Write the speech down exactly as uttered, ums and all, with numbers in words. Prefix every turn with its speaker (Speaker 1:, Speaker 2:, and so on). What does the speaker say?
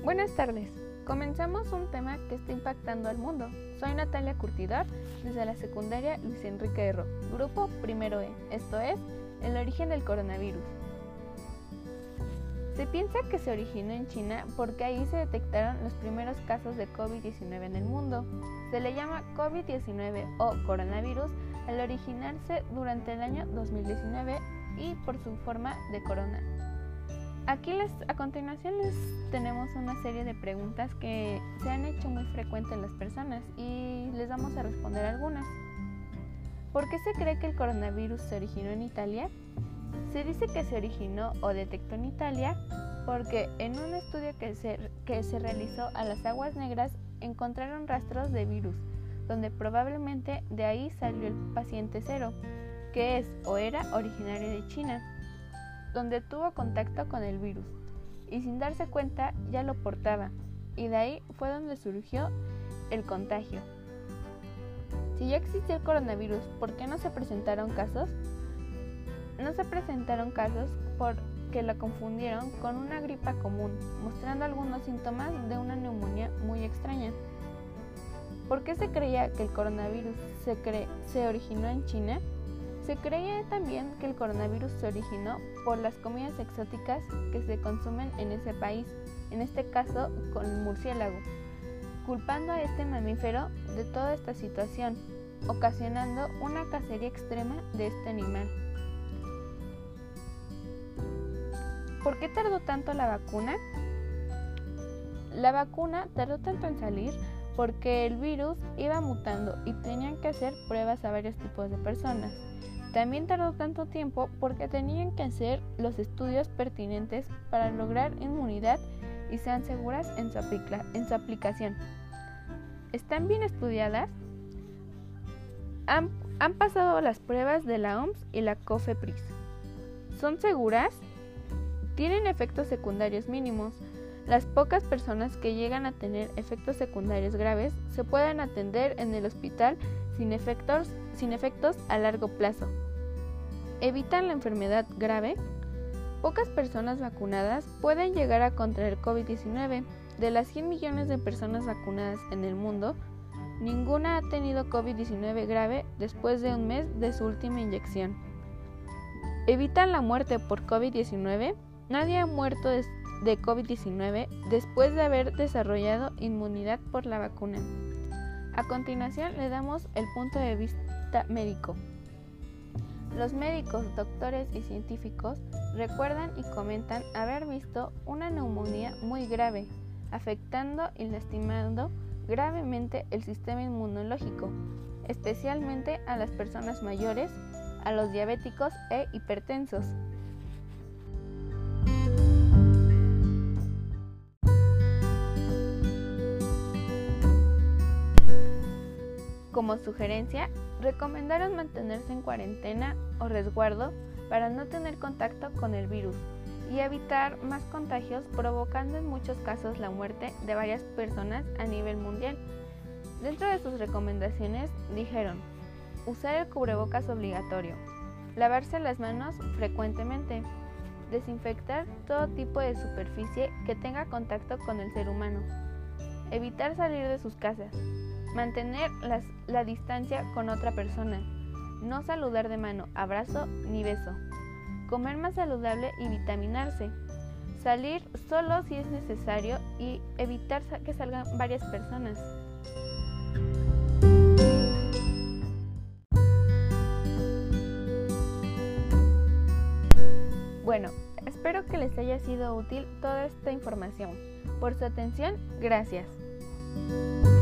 Speaker 1: Buenas tardes. Comenzamos un tema que está impactando al mundo. Soy Natalia Curtidor, desde la secundaria Luis Enrique Erro, grupo Primero E, esto es, el origen del coronavirus. Se piensa que se originó en China porque ahí se detectaron los primeros casos de COVID diecinueve en el mundo. Se le llama COVID diecinueve o coronavirus al originarse durante el año dos mil diecinueve y por su forma de corona. Aquí les, a continuación les tenemos una serie de preguntas que se han hecho muy frecuentes en las personas y les vamos a responder algunas. ¿Por qué se cree que el coronavirus se originó en Italia? Se dice que se originó o detectó en Italia porque en un estudio que se, que se realizó a las aguas negras encontraron rastros de virus, donde probablemente de ahí salió el paciente cero, que es o era originario de China, donde tuvo contacto con el virus y sin darse cuenta ya lo portaba, y de ahí fue donde surgió el contagio. Si ya existía el coronavirus, ¿por qué no se presentaron casos? No se presentaron casos porque la confundieron con una gripa común, mostrando algunos síntomas de una neumonía muy extraña. ¿Por qué se creía que el coronavirus se, cre- se originó en China? Se creía también que el coronavirus se originó por las comidas exóticas que se consumen en ese país, en este caso con el murciélago, culpando a este mamífero de toda esta situación, ocasionando una cacería extrema de este animal. ¿Por qué tardó tanto la vacuna? La vacuna tardó tanto en salir porque el virus iba mutando y tenían que hacer pruebas a varios tipos de personas. También tardó tanto tiempo porque tenían que hacer los estudios pertinentes para lograr inmunidad y sean seguras en su, aplica- en su aplicación. ¿Están bien estudiadas? Han, han pasado las pruebas de la O M S y la COFEPRIS. ¿Son seguras? Tienen efectos secundarios mínimos. Las pocas personas que llegan a tener efectos secundarios graves se pueden atender en el hospital sin efectos, sin efectos a largo plazo. ¿Evitan la enfermedad grave? Pocas personas vacunadas pueden llegar a contraer COVID diecinueve. De las cien millones de personas vacunadas en el mundo, ninguna ha tenido COVID diecinueve grave después de un mes de su última inyección. ¿Evitan la muerte por COVID diecinueve? Nadie ha muerto de, de COVID diecinueve después de haber desarrollado inmunidad por la vacuna. A continuación le damos el punto de vista médico. Los médicos, doctores y científicos recuerdan y comentan haber visto una neumonía muy grave, afectando y lastimando gravemente el sistema inmunológico, especialmente a las personas mayores, a los diabéticos e hipertensos. Como sugerencia, recomendaron mantenerse en cuarentena o resguardo para no tener contacto con el virus y evitar más contagios, provocando en muchos casos la muerte de varias personas a nivel mundial. Dentro de sus recomendaciones dijeron: usar el cubrebocas obligatorio, lavarse las manos frecuentemente, desinfectar todo tipo de superficie que tenga contacto con el ser humano, evitar salir de sus casas, mantener las, la distancia con otra persona, no saludar de mano, abrazo ni beso, comer más saludable y vitaminarse, salir solo si es necesario y evitar que salgan varias personas. Bueno, espero que les haya sido útil toda esta información. Por su atención, gracias.